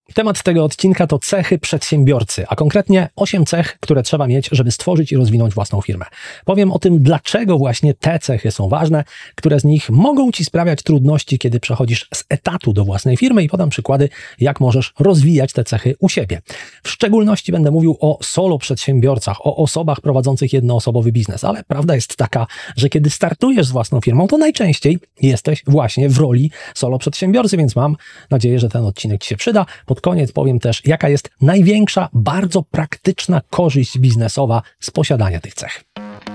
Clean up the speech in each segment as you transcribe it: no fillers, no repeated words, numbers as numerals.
Temat tego odcinka to cechy przedsiębiorcy, a konkretnie 8 cech, które trzeba mieć, żeby stworzyć i rozwinąć własną firmę. Powiem o tym, dlaczego właśnie te cechy są ważne, które z nich mogą Ci sprawiać trudności, kiedy przechodzisz z etatu do własnej firmy i podam przykłady, jak możesz rozwijać te cechy u siebie. W szczególności będę mówił o solo przedsiębiorcach, o osobach prowadzących jednoosobowy biznes, ale prawda jest taka, że kiedy startujesz z własną firmą, to najczęściej jesteś właśnie w roli solo przedsiębiorcy, więc mam nadzieję, że ten odcinek Ci się przyda. Pod koniec powiem też, jaka jest największa, bardzo praktyczna korzyść biznesowa z posiadania tych cech.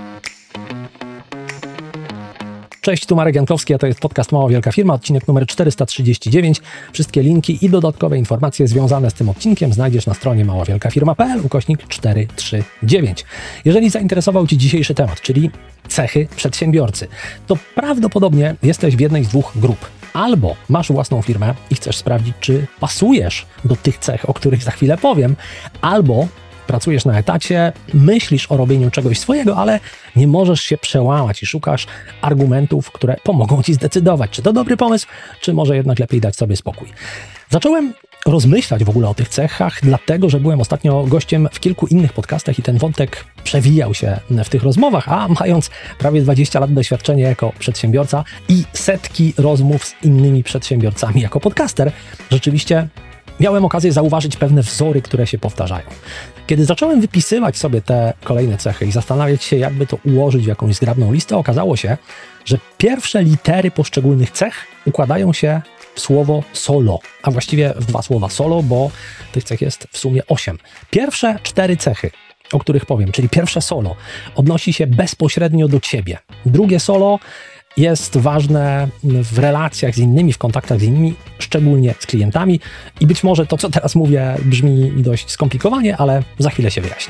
Cześć, tu Marek Jankowski, a to jest podcast Mała Wielka Firma, odcinek numer 439. Wszystkie linki i dodatkowe informacje związane z tym odcinkiem znajdziesz na stronie maławielkafirma.pl/439. Jeżeli zainteresował Cię dzisiejszy temat, czyli cechy przedsiębiorcy, to prawdopodobnie jesteś w jednej z dwóch grup. Albo masz własną firmę i chcesz sprawdzić, czy pasujesz do tych cech, o których za chwilę powiem, albo pracujesz na etacie, myślisz o robieniu czegoś swojego, ale nie możesz się przełamać i szukasz argumentów, które pomogą Ci zdecydować, czy to dobry pomysł, czy może jednak lepiej dać sobie spokój. Zacząłem rozmyślać w ogóle o tych cechach, dlatego, że byłem ostatnio gościem w kilku innych podcastach i ten wątek przewijał się w tych rozmowach, a mając prawie 20 lat doświadczenia jako przedsiębiorca i setki rozmów z innymi przedsiębiorcami jako podcaster, rzeczywiście miałem okazję zauważyć pewne wzory, które się powtarzają. Kiedy zacząłem wypisywać sobie te kolejne cechy i zastanawiać się, jakby to ułożyć w jakąś zgrabną listę, okazało się, że pierwsze litery poszczególnych cech układają się w słowo solo, a właściwie w 2 słowa solo, bo tych cech jest w sumie 8. Pierwsze 4 cechy, o których powiem, czyli pierwsze solo, odnosi się bezpośrednio do Ciebie. Drugie solo jest ważne w relacjach z innymi, w kontaktach z innymi, szczególnie z klientami i być może to, co teraz mówię, brzmi dość skomplikowanie, ale za chwilę się wyjaśni.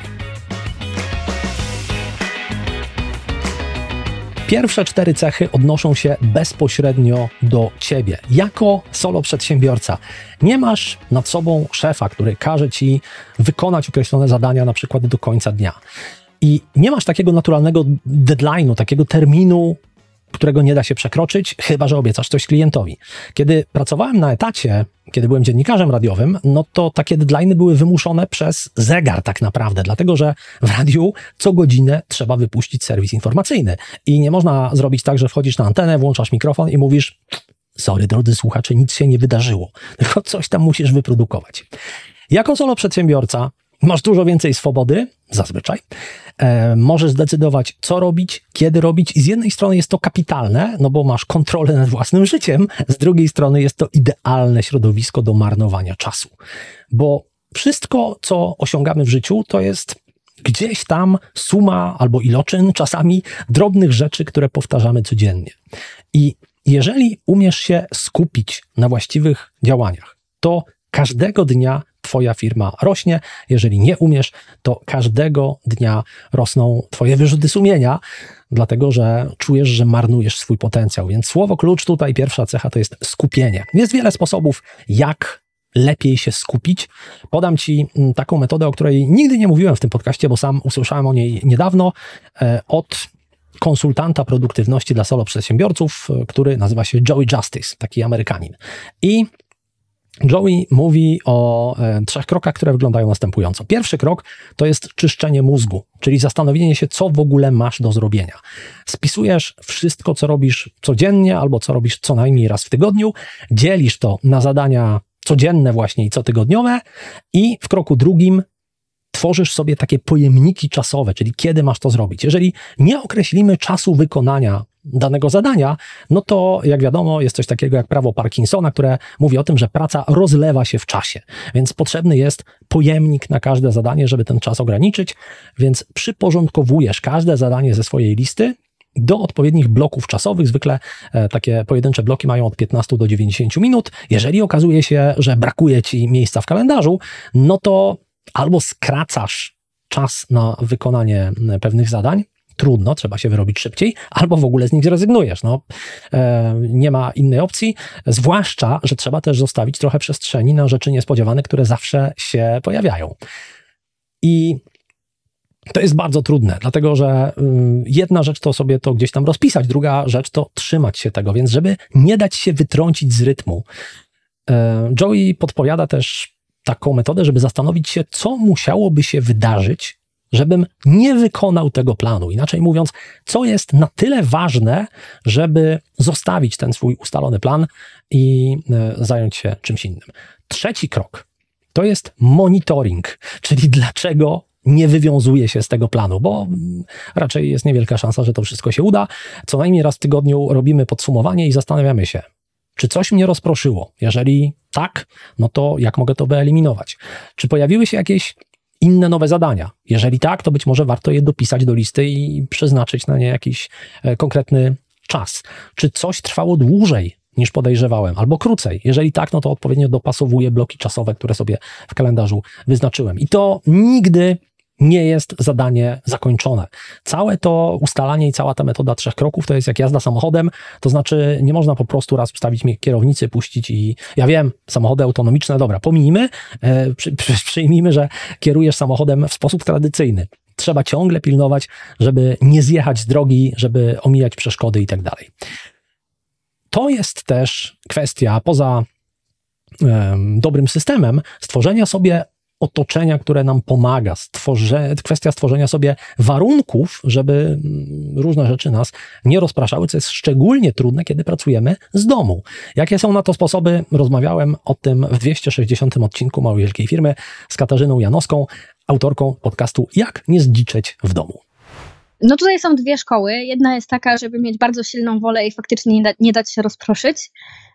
Pierwsze 4 cechy odnoszą się bezpośrednio do Ciebie. Jako solo przedsiębiorca nie masz nad sobą szefa, który każe Ci wykonać określone zadania na przykład do końca dnia. I nie masz takiego naturalnego deadline'u, takiego terminu, którego nie da się przekroczyć, chyba że obiecasz coś klientowi. Kiedy pracowałem na etacie, kiedy byłem dziennikarzem radiowym, no to takie deadline'y były wymuszone przez zegar tak naprawdę, dlatego że w radiu co godzinę trzeba wypuścić serwis informacyjny i nie można zrobić tak, że wchodzisz na antenę, włączasz mikrofon i mówisz: sorry, drodzy słuchacze, nic się nie wydarzyło, tylko coś tam musisz wyprodukować. Jako solo przedsiębiorca masz dużo więcej swobody, zazwyczaj. Możesz zdecydować, co robić, kiedy robić i z jednej strony jest to kapitalne, no bo masz kontrolę nad własnym życiem, z drugiej strony jest to idealne środowisko do marnowania czasu. Bo wszystko, co osiągamy w życiu, to jest gdzieś tam suma albo iloczyn czasami drobnych rzeczy, które powtarzamy codziennie. I jeżeli umiesz się skupić na właściwych działaniach, to każdego dnia Twoja firma rośnie. Jeżeli nie umiesz, to każdego dnia rosną Twoje wyrzuty sumienia, dlatego że czujesz, że marnujesz swój potencjał. Więc słowo klucz tutaj, pierwsza cecha to jest skupienie. Jest wiele sposobów, jak lepiej się skupić. Podam Ci taką metodę, o której nigdy nie mówiłem w tym podcaście, bo sam usłyszałem o niej niedawno od konsultanta produktywności dla solo przedsiębiorców, który nazywa się Joey Justice, taki Amerykanin. I Joey mówi o 3 krokach, które wyglądają następująco. Pierwszy krok to jest czyszczenie mózgu, czyli zastanowienie się, co w ogóle masz do zrobienia. Spisujesz wszystko, co robisz codziennie albo co robisz co najmniej raz w tygodniu, dzielisz to na zadania codzienne właśnie i cotygodniowe i w kroku drugim tworzysz sobie takie pojemniki czasowe, czyli kiedy masz to zrobić. Jeżeli nie określimy czasu wykonania danego zadania, no to jak wiadomo jest coś takiego jak prawo Parkinsona, które mówi o tym, że praca rozlewa się w czasie, więc potrzebny jest pojemnik na każde zadanie, żeby ten czas ograniczyć, więc przyporządkowujesz każde zadanie ze swojej listy do odpowiednich bloków czasowych. Zwykle takie pojedyncze bloki mają od 15 do 90 minut. Jeżeli okazuje się, że brakuje Ci miejsca w kalendarzu, no to albo skracasz czas na wykonanie pewnych zadań, trudno, trzeba się wyrobić szybciej, albo w ogóle z nich zrezygnujesz. Nie ma innej opcji, zwłaszcza, że trzeba też zostawić trochę przestrzeni na rzeczy niespodziewane, które zawsze się pojawiają. I to jest bardzo trudne, dlatego że jedna rzecz to sobie to gdzieś tam rozpisać, druga rzecz to trzymać się tego, więc żeby nie dać się wytrącić z rytmu. Joey podpowiada też taką metodę, żeby zastanowić się, co musiałoby się wydarzyć, żebym nie wykonał tego planu. Inaczej mówiąc, co jest na tyle ważne, żeby zostawić ten swój ustalony plan i zająć się czymś innym. Trzeci krok to jest monitoring, czyli dlaczego nie wywiązuje się z tego planu, bo raczej jest niewielka szansa, że to wszystko się uda. Co najmniej raz w tygodniu robimy podsumowanie i zastanawiamy się, czy coś mnie rozproszyło. Jeżeli tak, no to jak mogę to wyeliminować? Czy pojawiły się jakieś inne nowe zadania? Jeżeli tak, to być może warto je dopisać do listy i przeznaczyć na nie jakiś konkretny czas. Czy coś trwało dłużej niż podejrzewałem, albo krócej? Jeżeli tak, no to odpowiednio dopasowuję bloki czasowe, które sobie w kalendarzu wyznaczyłem. I to nigdy nie jest zadanie zakończone. Całe to ustalanie i cała ta metoda 3 kroków to jest jak jazda samochodem, to znaczy nie można po prostu raz wstawić mnie kierownicy, puścić i ja wiem, samochody autonomiczne, dobra, pomijmy, przyjmijmy, że kierujesz samochodem w sposób tradycyjny. Trzeba ciągle pilnować, żeby nie zjechać z drogi, żeby omijać przeszkody i tak dalej. To jest też kwestia, poza dobrym systemem, stworzenia sobie otoczenia, które nam pomaga, kwestia stworzenia sobie warunków, żeby różne rzeczy nas nie rozpraszały, co jest szczególnie trudne, kiedy pracujemy z domu. Jakie są na to sposoby? Rozmawiałem o tym w 260 odcinku Małej Wielkiej Firmy z Katarzyną Janowską, autorką podcastu Jak nie zdziczeć w domu. No tutaj są 2 szkoły. Jedna jest taka, żeby mieć bardzo silną wolę i faktycznie nie dać się rozproszyć,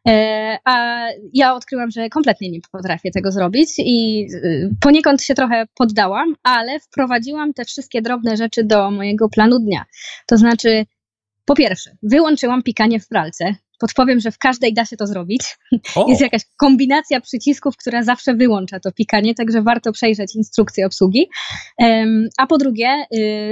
a ja odkryłam, że kompletnie nie potrafię tego zrobić i poniekąd się trochę poddałam, ale wprowadziłam te wszystkie drobne rzeczy do mojego planu dnia. To znaczy, po pierwsze, wyłączyłam pikanie w pralce. Podpowiem, że w każdej da się to zrobić. Jest jakaś kombinacja przycisków, która zawsze wyłącza to pikanie, także warto przejrzeć instrukcję obsługi. A po drugie,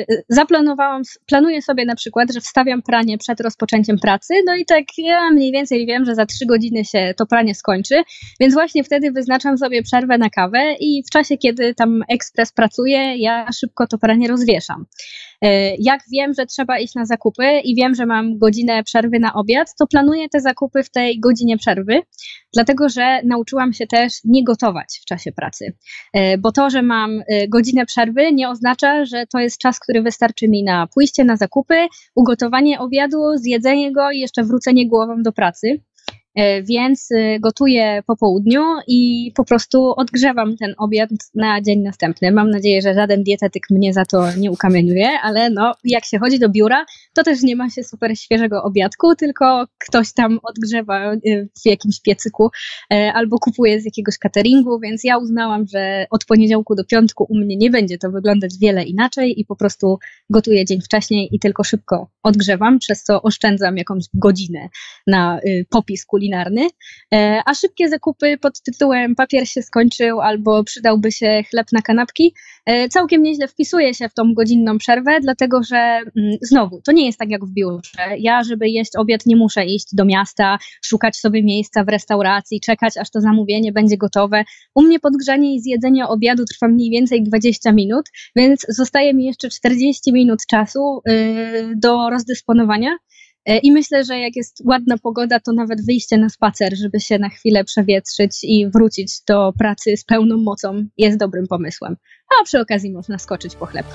planuję sobie na przykład, że wstawiam pranie przed rozpoczęciem pracy, no i tak ja mniej więcej wiem, że za 3 godziny się to pranie skończy, więc właśnie wtedy wyznaczam sobie przerwę na kawę i w czasie, kiedy tam ekspres pracuje, ja szybko to pranie rozwieszam. Jak wiem, że trzeba iść na zakupy i wiem, że mam godzinę przerwy na obiad, to planuję te zakupy w tej godzinie przerwy, dlatego że nauczyłam się też nie gotować w czasie pracy, bo to, że mam godzinę przerwy nie oznacza, że to jest czas, który wystarczy mi na pójście na zakupy, ugotowanie obiadu, zjedzenie go i jeszcze wrócenie głową do pracy. Więc gotuję po południu i po prostu odgrzewam ten obiad na dzień następny. Mam nadzieję, że żaden dietetyk mnie za to nie ukamieniuje, ale no, jak się chodzi do biura, to też nie ma się super świeżego obiadku, tylko ktoś tam odgrzewa w jakimś piecyku albo kupuje z jakiegoś cateringu, więc ja uznałam, że od poniedziałku do piątku u mnie nie będzie to wyglądać wiele inaczej i po prostu gotuję dzień wcześniej i tylko szybko odgrzewam, przez co oszczędzam jakąś godzinę na popis kulinarny, a szybkie zakupy pod tytułem papier się skończył albo przydałby się chleb na kanapki całkiem nieźle wpisuje się w tą godzinną przerwę, dlatego że znowu, to nie jest tak jak w biurze. Ja, żeby jeść obiad, nie muszę iść do miasta, szukać sobie miejsca w restauracji, czekać aż to zamówienie będzie gotowe. U mnie podgrzanie i zjedzenie obiadu trwa mniej więcej 20 minut, więc zostaje mi jeszcze 40 minut czasu do rozdysponowania. I myślę, że jak jest ładna pogoda, to nawet wyjście na spacer, żeby się na chwilę przewietrzyć i wrócić do pracy z pełną mocą jest dobrym pomysłem. A przy okazji można skoczyć po chleb.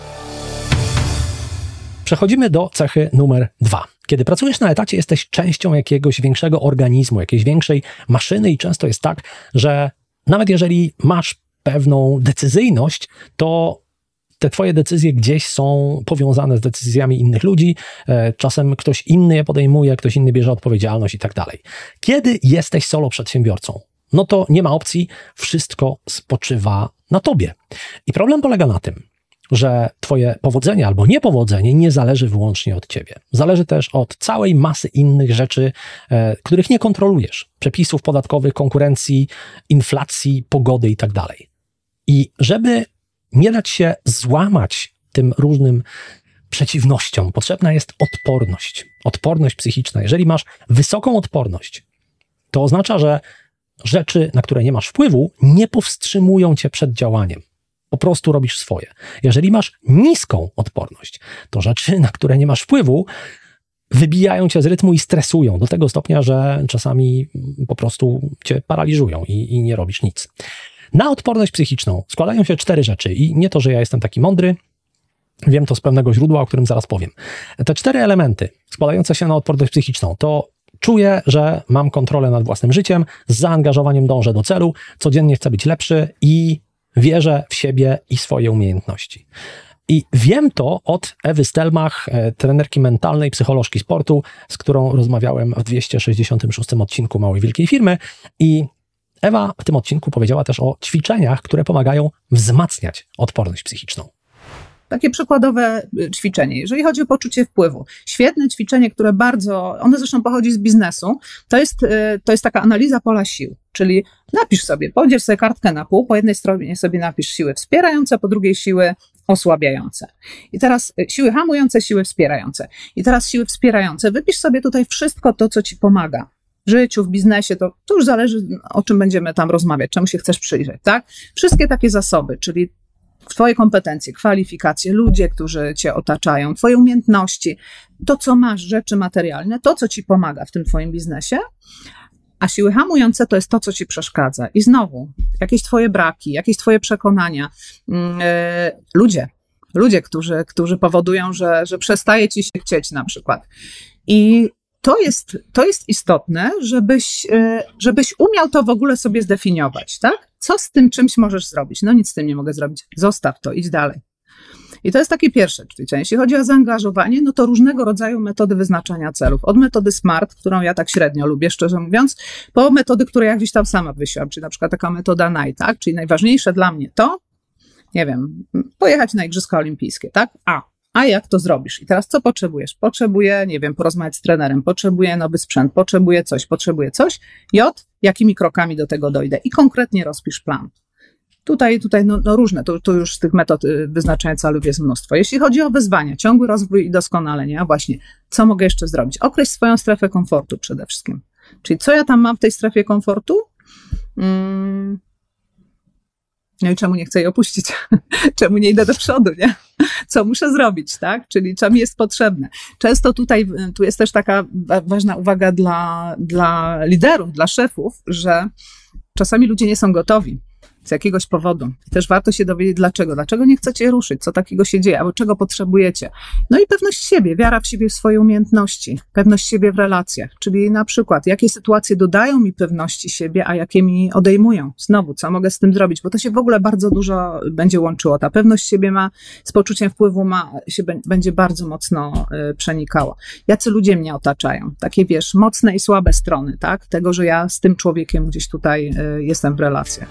Przechodzimy do cechy numer 2. Kiedy pracujesz na etacie, jesteś częścią jakiegoś większego organizmu, jakiejś większej maszyny i często jest tak, że nawet jeżeli masz pewną decyzyjność, to te twoje decyzje gdzieś są powiązane z decyzjami innych ludzi, czasem ktoś inny je podejmuje, ktoś inny bierze odpowiedzialność i tak dalej. Kiedy jesteś solo przedsiębiorcą, no to nie ma opcji, wszystko spoczywa na tobie. I problem polega na tym, że twoje powodzenie albo niepowodzenie nie zależy wyłącznie od ciebie. Zależy też od całej masy innych rzeczy, których nie kontrolujesz. Przepisów podatkowych, konkurencji, inflacji, pogody i tak dalej. I żeby nie dać się złamać tym różnym przeciwnościom, potrzebna jest odporność. Odporność psychiczna. Jeżeli masz wysoką odporność, to oznacza, że rzeczy, na które nie masz wpływu, nie powstrzymują cię przed działaniem. Po prostu robisz swoje. Jeżeli masz niską odporność, to rzeczy, na które nie masz wpływu, wybijają cię z rytmu i stresują do tego stopnia, że czasami po prostu cię paraliżują i nie robisz nic. Na odporność psychiczną składają się 4 rzeczy i nie to, że ja jestem taki mądry, wiem to z pewnego źródła, o którym zaraz powiem. Te 4 elementy składające się na odporność psychiczną to czuję, że mam kontrolę nad własnym życiem, z zaangażowaniem dążę do celu, codziennie chcę być lepszy i wierzę w siebie i swoje umiejętności. I wiem to od Ewy Stelmach, trenerki mentalnej, psycholożki sportu, z którą rozmawiałem w 266 odcinku Małej Wielkiej Firmy. I Ewa w tym odcinku powiedziała też o ćwiczeniach, które pomagają wzmacniać odporność psychiczną. Takie przykładowe ćwiczenie, jeżeli chodzi o poczucie wpływu. Świetne ćwiczenie, które ono zresztą pochodzi z biznesu, to jest taka analiza pola sił, czyli napisz sobie, podziel sobie kartkę na pół, po jednej stronie sobie napisz siły wspierające, po drugiej siły osłabiające. I teraz siły hamujące, siły wspierające. I teraz siły wspierające, wypisz sobie tutaj wszystko to, co ci pomaga. W życiu, w biznesie, to już zależy, o czym będziemy tam rozmawiać, czemu się chcesz przyjrzeć, tak? Wszystkie takie zasoby, czyli twoje kompetencje, kwalifikacje, ludzie, którzy cię otaczają, twoje umiejętności, to, co masz, rzeczy materialne, to, co ci pomaga w tym twoim biznesie, a siły hamujące to jest to, co ci przeszkadza. I znowu, jakieś twoje braki, jakieś twoje przekonania, ludzie, którzy powodują, że przestaje ci się chcieć na przykład. I to jest istotne, żebyś umiał to w ogóle sobie zdefiniować, tak? Co z tym czymś możesz zrobić? No nic z tym nie mogę zrobić. Zostaw to, idź dalej. I to jest takie pierwsze ćwiczenie. Jeśli chodzi o zaangażowanie, no to różnego rodzaju metody wyznaczania celów. Od metody SMART, którą ja tak średnio lubię, szczerze mówiąc, po metody, które ja gdzieś tam sama wysiłam, czyli na przykład taka metoda NIE, tak? Czyli najważniejsze dla mnie to, nie wiem, pojechać na Igrzyska Olimpijskie, tak? A jak to zrobisz? I teraz co potrzebujesz? Potrzebuję, nie wiem, porozmawiać z trenerem, potrzebuję nowy sprzęt, potrzebuję coś. Jakimi krokami do tego dojdę? I konkretnie rozpisz plan. Tutaj no różne, tu już tych metod wyznaczania celów jest mnóstwo. Jeśli chodzi o wyzwania, ciągły rozwój i doskonalenie, a właśnie, co mogę jeszcze zrobić? Określ swoją strefę komfortu przede wszystkim. Czyli co ja tam mam w tej strefie komfortu? No i czemu nie chcę jej opuścić? Czemu nie idę do przodu, nie? Co muszę zrobić, tak? Czyli co mi jest potrzebne. Często tu jest też taka ważna uwaga dla liderów, dla szefów, że czasami ludzie nie są gotowi z jakiegoś powodu. I też warto się dowiedzieć dlaczego. Dlaczego nie chcecie ruszyć? Co takiego się dzieje? Albo czego potrzebujecie? No i pewność siebie, wiara w siebie, w swoje umiejętności, pewność siebie w relacjach. Czyli na przykład, jakie sytuacje dodają mi pewności siebie, a jakie mi odejmują. Znowu, co mogę z tym zrobić? Bo to się w ogóle bardzo dużo będzie łączyło. Ta pewność siebie z poczuciem wpływu będzie bardzo mocno przenikała. Jacy ludzie mnie otaczają? Takie, wiesz, mocne i słabe strony, tak? Tego, że ja z tym człowiekiem gdzieś tutaj jestem w relacjach.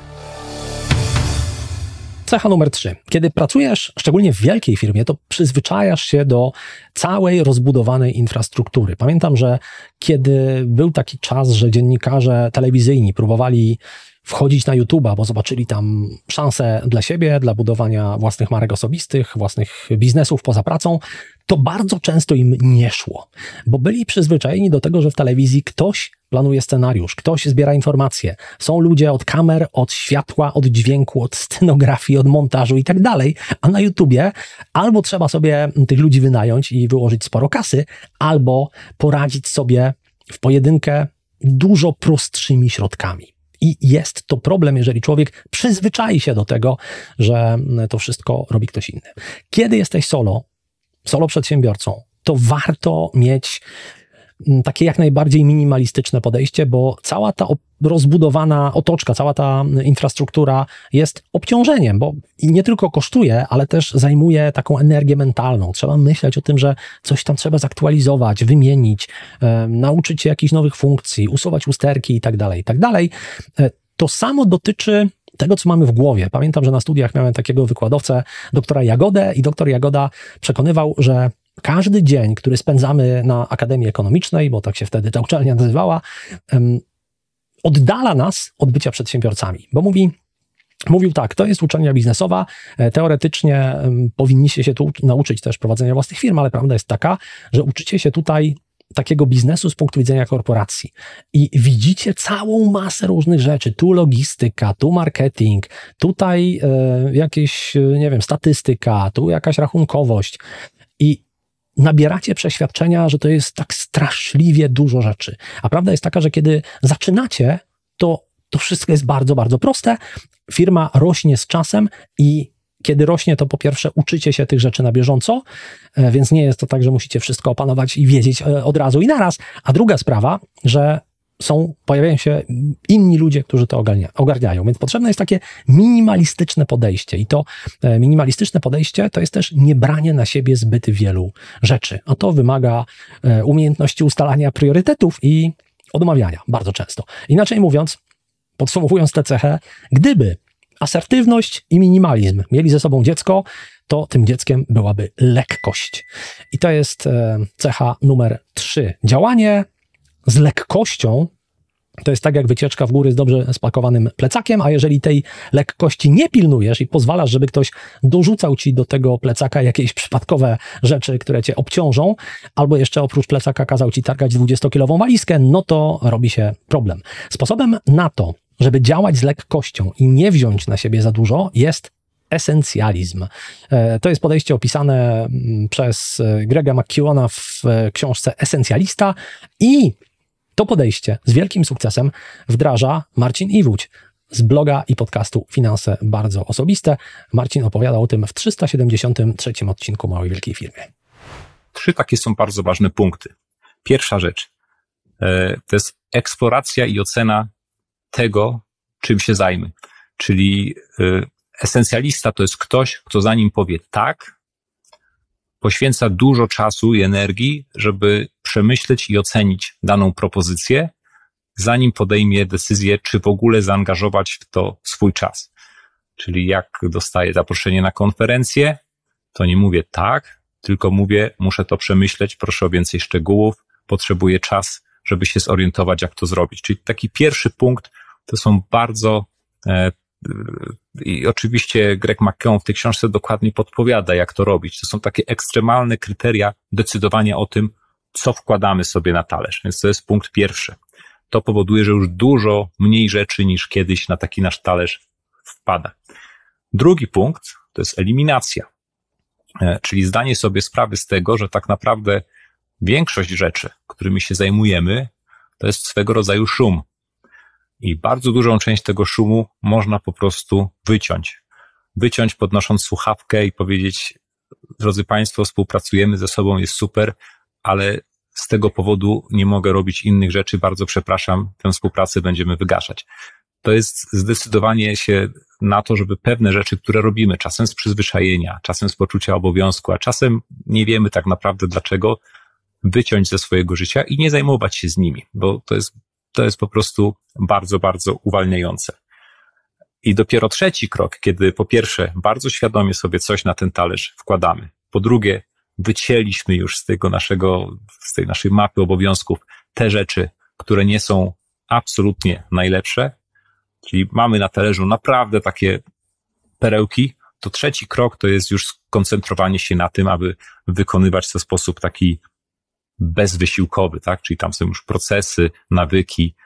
Cecha numer 3. Kiedy pracujesz, szczególnie w wielkiej firmie, to przyzwyczajasz się do całej rozbudowanej infrastruktury. Pamiętam, że kiedy był taki czas, że dziennikarze telewizyjni próbowali wchodzić na YouTube'a, bo zobaczyli tam szansę dla siebie, dla budowania własnych marek osobistych, własnych biznesów poza pracą, to bardzo często im nie szło, bo byli przyzwyczajeni do tego, że w telewizji ktoś planuje scenariusz, ktoś zbiera informacje. Są ludzie od kamer, od światła, od dźwięku, od scenografii, od montażu i tak dalej, a na YouTubie albo trzeba sobie tych ludzi wynająć i wyłożyć sporo kasy, albo poradzić sobie w pojedynkę dużo prostszymi środkami. I jest to problem, jeżeli człowiek przyzwyczai się do tego, że to wszystko robi ktoś inny. Kiedy jesteś solo przedsiębiorcą, to warto mieć takie jak najbardziej minimalistyczne podejście, bo cała ta rozbudowana otoczka, cała ta infrastruktura jest obciążeniem, bo nie tylko kosztuje, ale też zajmuje taką energię mentalną. Trzeba myśleć o tym, że coś tam trzeba zaktualizować, wymienić, nauczyć się jakichś nowych funkcji, usuwać usterki i tak dalej. To samo dotyczy tego, co mamy w głowie. Pamiętam, że na studiach miałem takiego wykładowcę, doktora Jagodę, i doktor Jagoda przekonywał, że każdy dzień, który spędzamy na Akademii Ekonomicznej, bo tak się wtedy ta uczelnia nazywała, oddala nas od bycia przedsiębiorcami. Bo mówił tak, to jest uczelnia biznesowa, teoretycznie powinniście się tu nauczyć też prowadzenia własnych firm, ale prawda jest taka, że uczycie się tutaj takiego biznesu z punktu widzenia korporacji i widzicie całą masę różnych rzeczy, tu logistyka, tu marketing, tutaj jakieś, nie wiem, statystyka, tu jakaś rachunkowość i nabieracie przeświadczenia, że to jest tak straszliwie dużo rzeczy. A prawda jest taka, że kiedy zaczynacie, to wszystko jest bardzo, bardzo proste, firma rośnie z czasem i kiedy rośnie, to po pierwsze uczycie się tych rzeczy na bieżąco, więc nie jest to tak, że musicie wszystko opanować i wiedzieć od razu i naraz. A druga sprawa, że pojawiają się inni ludzie, którzy to ogarniają. Więc potrzebne jest takie minimalistyczne podejście. I to minimalistyczne podejście to jest też niebranie na siebie zbyt wielu rzeczy. A to wymaga umiejętności ustalania priorytetów i odmawiania bardzo często. Inaczej mówiąc, podsumowując tę cechę, gdyby asertywność i minimalizm mieli ze sobą dziecko, to tym dzieckiem byłaby lekkość. I to jest cecha numer 3. Działanie z lekkością to jest tak jak wycieczka w góry z dobrze spakowanym plecakiem, a jeżeli tej lekkości nie pilnujesz i pozwalasz, żeby ktoś dorzucał ci do tego plecaka jakieś przypadkowe rzeczy, które cię obciążą, albo jeszcze oprócz plecaka kazał ci targać 20-kilową walizkę, no to robi się problem. Sposobem na to, żeby działać z lekkością i nie wziąć na siebie za dużo, jest esencjalizm. To jest podejście opisane przez Grega McKeowna w książce Esencjalista i to podejście z wielkim sukcesem wdraża Marcin Iwódź z bloga i podcastu Finanse Bardzo Osobiste. Marcin opowiada o tym w 373 odcinku Małej Wielkiej Firmie. 3 takie są bardzo ważne punkty. Pierwsza rzecz to jest eksploracja i ocena tego, czym się zajmę. Czyli esencjalista to jest ktoś, kto zanim powie tak, poświęca dużo czasu i energii, żeby przemyśleć i ocenić daną propozycję, zanim podejmie decyzję, czy w ogóle zaangażować w to swój czas. Czyli jak dostaję zaproszenie na konferencję, to nie mówię tak, tylko mówię, muszę to przemyśleć, proszę o więcej szczegółów, potrzebuję czas, żeby się zorientować, jak to zrobić. Czyli taki pierwszy punkt to są bardzo i oczywiście Greg McKeown w tej książce dokładnie podpowiada, jak to robić. To są takie ekstremalne kryteria decydowania o tym, co wkładamy sobie na talerz. Więc to jest punkt pierwszy. To powoduje, że już dużo mniej rzeczy niż kiedyś na taki nasz talerz wpada. Drugi punkt to jest eliminacja, czyli zdanie sobie sprawy z tego, że tak naprawdę większość rzeczy, którymi się zajmujemy, to jest swego rodzaju szum. I bardzo dużą część tego szumu można po prostu wyciąć. Wyciąć podnosząc słuchawkę i powiedzieć, drodzy Państwo, współpracujemy ze sobą, jest super, ale z tego powodu nie mogę robić innych rzeczy, bardzo przepraszam, tę współpracę będziemy wygaszać. To jest zdecydowanie się na to, żeby pewne rzeczy, które robimy, czasem z przyzwyczajenia, czasem z poczucia obowiązku, a czasem nie wiemy tak naprawdę dlaczego, wyciąć ze swojego życia i nie zajmować się z nimi, bo to jest po prostu bardzo, bardzo uwalniające. I dopiero trzeci krok, kiedy po pierwsze bardzo świadomie sobie coś na ten talerz wkładamy, po drugie wycięliśmy już z tej naszej mapy obowiązków te rzeczy, które nie są absolutnie najlepsze, czyli mamy na talerzu naprawdę takie perełki, to trzeci krok to jest już skoncentrowanie się na tym, aby wykonywać to w sposób taki bezwysiłkowy, tak? Czyli tam są już procesy, nawyki,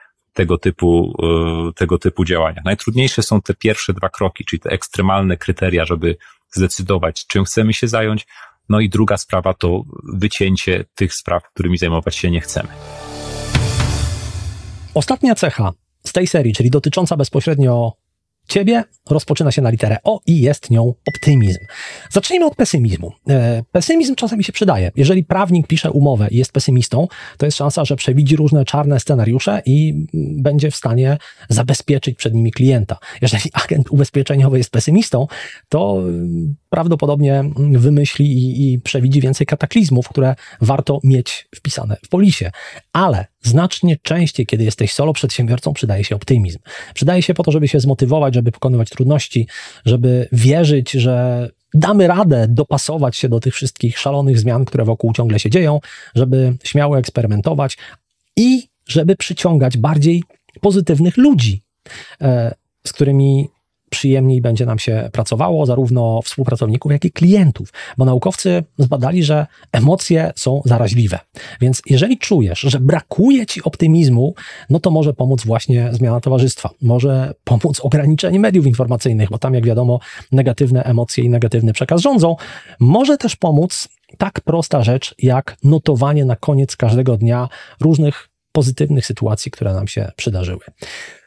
tego typu działania. Najtrudniejsze są te pierwsze 2 kroki, czyli te ekstremalne kryteria, żeby zdecydować, czym chcemy się zająć. No i druga sprawa to wycięcie tych spraw, którymi zajmować się nie chcemy. Ostatnia cecha z tej serii, czyli dotycząca bezpośrednio Ciebie, rozpoczyna się na literę O i jest nią optymizm. Zacznijmy od pesymizmu. Pesymizm czasami się przydaje. Jeżeli prawnik pisze umowę i jest pesymistą, to jest szansa, że przewidzi różne czarne scenariusze i będzie w stanie zabezpieczyć przed nimi klienta. Jeżeli agent ubezpieczeniowy jest pesymistą, to prawdopodobnie wymyśli i przewidzi więcej kataklizmów, które warto mieć wpisane w polisie. Ale znacznie częściej, kiedy jesteś solo przedsiębiorcą, przydaje się optymizm. Przydaje się po to, żeby się zmotywować, żeby pokonywać trudności, żeby wierzyć, że damy radę dopasować się do tych wszystkich szalonych zmian, które wokół ciągle się dzieją, żeby śmiało eksperymentować i żeby przyciągać bardziej pozytywnych ludzi, z którymi przyjemniej będzie nam się pracowało, zarówno współpracowników, jak i klientów, bo naukowcy zbadali, że emocje są zaraźliwe. Więc jeżeli czujesz, że brakuje ci optymizmu, no to może pomóc właśnie zmiana towarzystwa, może pomóc ograniczenie mediów informacyjnych, bo tam, jak wiadomo, negatywne emocje i negatywny przekaz rządzą. Może też pomóc tak prosta rzecz, jak notowanie na koniec każdego dnia różnych pozytywnych sytuacji, które nam się przydarzyły.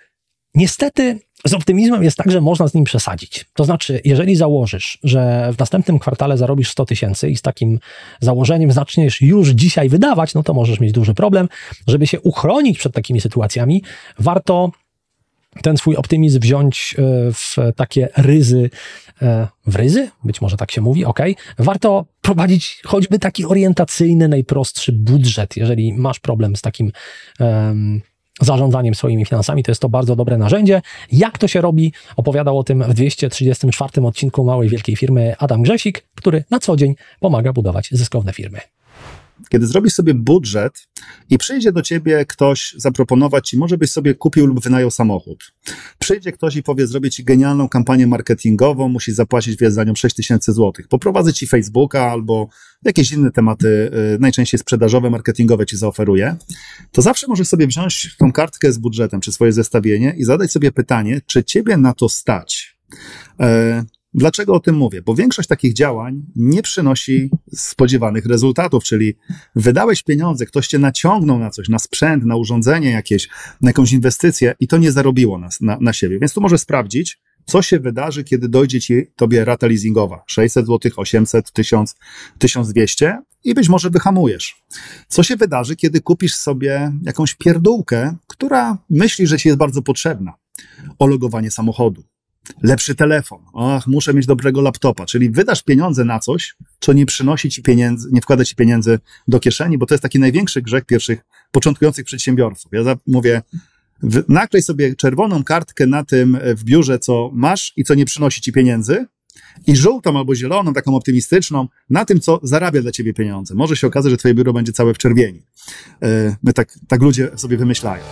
Niestety z optymizmem jest tak, że można z nim przesadzić. To znaczy, jeżeli założysz, że w następnym kwartale zarobisz 100 000 i z takim założeniem zaczniesz już dzisiaj wydawać, no to możesz mieć duży problem. Żeby się uchronić przed takimi sytuacjami, warto ten swój optymizm wziąć w takie ryzy, być może tak się mówi, warto prowadzić choćby taki orientacyjny, najprostszy budżet. Jeżeli masz problem z takim zarządzaniem swoimi finansami, to jest to bardzo dobre narzędzie. Jak to się robi? Opowiadał o tym w 234 odcinku Małej Wielkiej Firmy Adam Grzesik, który na co dzień pomaga budować zyskowne firmy. Kiedy zrobisz sobie budżet i przyjdzie do ciebie ktoś zaproponować ci, może byś sobie kupił lub wynajął samochód. Przyjdzie ktoś i powie, zrobię ci genialną kampanię marketingową, musisz zapłacić za nią 6 000 złotych. Poprowadzę ci Facebooka albo jakieś inne tematy, najczęściej sprzedażowe, marketingowe ci zaoferuję. To zawsze możesz sobie wziąć tą kartkę z budżetem, czy swoje zestawienie i zadać sobie pytanie, czy ciebie na to stać. Dlaczego o tym mówię? Bo większość takich działań nie przynosi spodziewanych rezultatów, czyli wydałeś pieniądze, ktoś cię naciągnął na coś, na sprzęt, na urządzenie jakieś, na jakąś inwestycję i to nie zarobiło na siebie. Więc tu możesz sprawdzić, co się wydarzy, kiedy dojdzie tobie rata leasingowa. 600 zł, 800, 1000, 1200 i być może wyhamujesz. Co się wydarzy, kiedy kupisz sobie jakąś pierdółkę, która myśli, że ci jest bardzo potrzebna. Ologowanie samochodu. Lepszy telefon. Muszę mieć dobrego laptopa. Czyli wydasz pieniądze na coś, co nie przynosi ci pieniędzy, nie wkłada ci pieniędzy do kieszeni, bo to jest taki największy grzech pierwszych początkujących przedsiębiorców. Ja mówię, naklej sobie czerwoną kartkę na tym w biurze, co masz i co nie przynosi ci pieniędzy, i żółtą albo zieloną, taką optymistyczną, na tym, co zarabia dla ciebie pieniądze. Może się okazać, że twoje biuro będzie całe w czerwieni. Tak ludzie sobie wymyślają.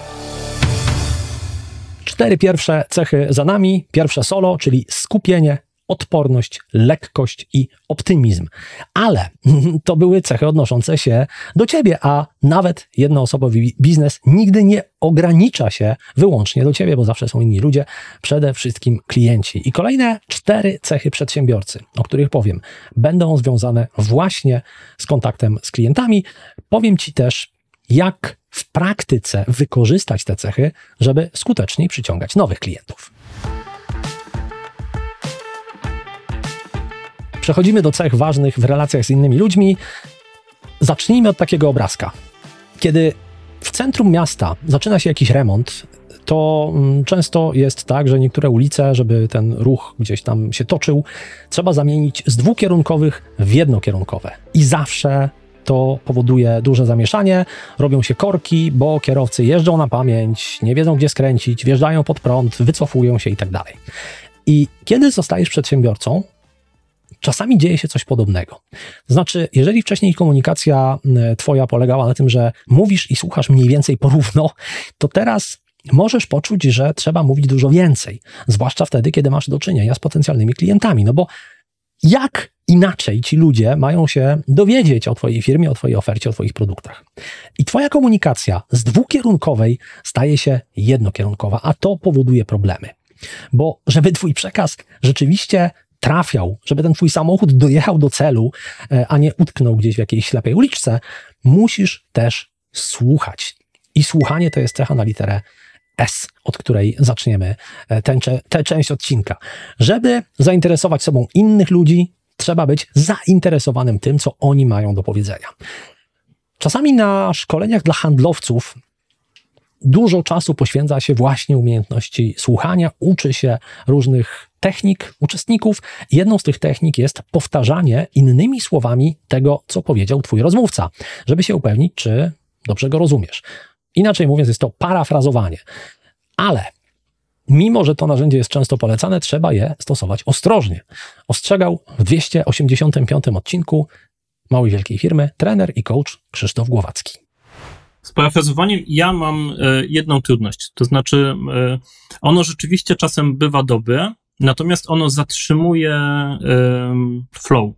4 pierwsze cechy za nami. Pierwsze solo, czyli skupienie, odporność, lekkość i optymizm. Ale to były cechy odnoszące się do ciebie, a nawet jednoosobowy biznes nigdy nie ogranicza się wyłącznie do ciebie, bo zawsze są inni ludzie, przede wszystkim klienci. I kolejne 4 cechy przedsiębiorcy, o których powiem, będą związane właśnie z kontaktem z klientami. Powiem ci też, jak w praktyce wykorzystać te cechy, żeby skuteczniej przyciągać nowych klientów. Przechodzimy do cech ważnych w relacjach z innymi ludźmi. Zacznijmy od takiego obrazka. Kiedy w centrum miasta zaczyna się jakiś remont, to często jest tak, że niektóre ulice, żeby ten ruch gdzieś tam się toczył, trzeba zamienić z dwukierunkowych w jednokierunkowe. I zawsze to powoduje duże zamieszanie, robią się korki, bo kierowcy jeżdżą na pamięć, nie wiedzą gdzie skręcić, wjeżdżają pod prąd, wycofują się i tak dalej. I kiedy zostajesz przedsiębiorcą, czasami dzieje się coś podobnego. To znaczy, jeżeli wcześniej komunikacja twoja polegała na tym, że mówisz i słuchasz mniej więcej porówno, to teraz możesz poczuć, że trzeba mówić dużo więcej. Zwłaszcza wtedy, kiedy masz do czynienia z potencjalnymi klientami. No bo jak inaczej ci ludzie mają się dowiedzieć o twojej firmie, o twojej ofercie, o twoich produktach? I twoja komunikacja z dwukierunkowej staje się jednokierunkowa, a to powoduje problemy. Bo żeby twój przekaz rzeczywiście trafiał, żeby ten twój samochód dojechał do celu, a nie utknął gdzieś w jakiejś ślepej uliczce, musisz też słuchać. I słuchanie to jest cecha na literę S, od której zaczniemy tę część odcinka. Żeby zainteresować sobą innych ludzi, trzeba być zainteresowanym tym, co oni mają do powiedzenia. Czasami na szkoleniach dla handlowców dużo czasu poświęca się właśnie umiejętności słuchania, uczy się różnych technik uczestników. Jedną z tych technik jest powtarzanie innymi słowami tego, co powiedział twój rozmówca, żeby się upewnić, czy dobrze go rozumiesz. Inaczej mówiąc, jest to parafrazowanie. Ale mimo że to narzędzie jest często polecane, trzeba je stosować ostrożnie. Ostrzegał w 285 odcinku Małej Wielkiej Firmy trener i coach Krzysztof Głowacki. Z parafrazowaniem ja mam jedną trudność, to znaczy ono rzeczywiście czasem bywa dobre, natomiast ono zatrzymuje flow.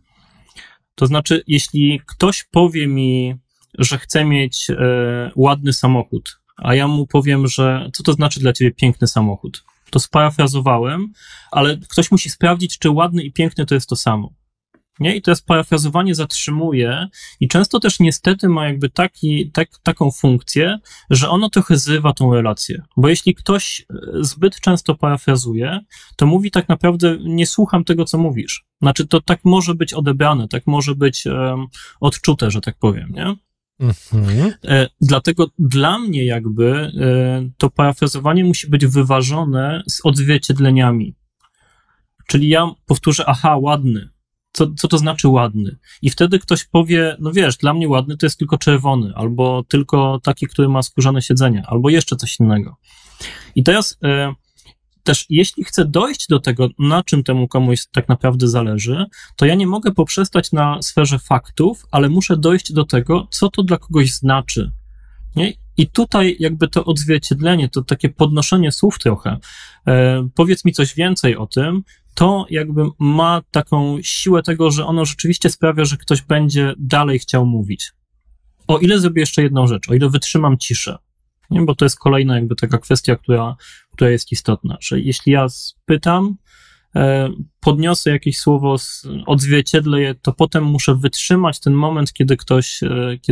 To znaczy, jeśli ktoś powie mi, że chce mieć ładny samochód, a ja mu powiem, że co to znaczy dla ciebie piękny samochód? To sparafrazowałem, ale ktoś musi sprawdzić, czy ładny i piękny to jest to samo. Nie? I to jest parafrazowanie zatrzymuje i często też niestety ma jakby taką funkcję, że ono trochę zrywa tą relację. Bo jeśli ktoś zbyt często parafrazuje, to mówi tak naprawdę nie słucham tego, co mówisz. Znaczy to tak może być odebrane, tak może być odczute, że tak powiem, nie? Mhm. Dlatego dla mnie jakby to parafrazowanie musi być wyważone z odzwierciedleniami. Czyli ja powtórzę, aha, ładny. Co to znaczy ładny? I wtedy ktoś powie, no wiesz, dla mnie ładny to jest tylko czerwony, albo tylko taki, który ma skórzane siedzenie, albo jeszcze coś innego. I teraz też jeśli chcę dojść do tego, na czym temu komuś tak naprawdę zależy, to ja nie mogę poprzestać na sferze faktów, ale muszę dojść do tego, co to dla kogoś znaczy. Nie? I tutaj jakby to odzwierciedlenie, to takie podnoszenie słów trochę, powiedz mi coś więcej o tym, to jakby ma taką siłę tego, że ono rzeczywiście sprawia, że ktoś będzie dalej chciał mówić. O ile zrobię jeszcze jedną rzecz, o ile wytrzymam ciszę, nie? Bo to jest kolejna jakby taka kwestia, która jest istotna, że jeśli ja spytam, podniosę jakieś słowo, odzwierciedlę je, to potem muszę wytrzymać ten moment, kiedy ktoś,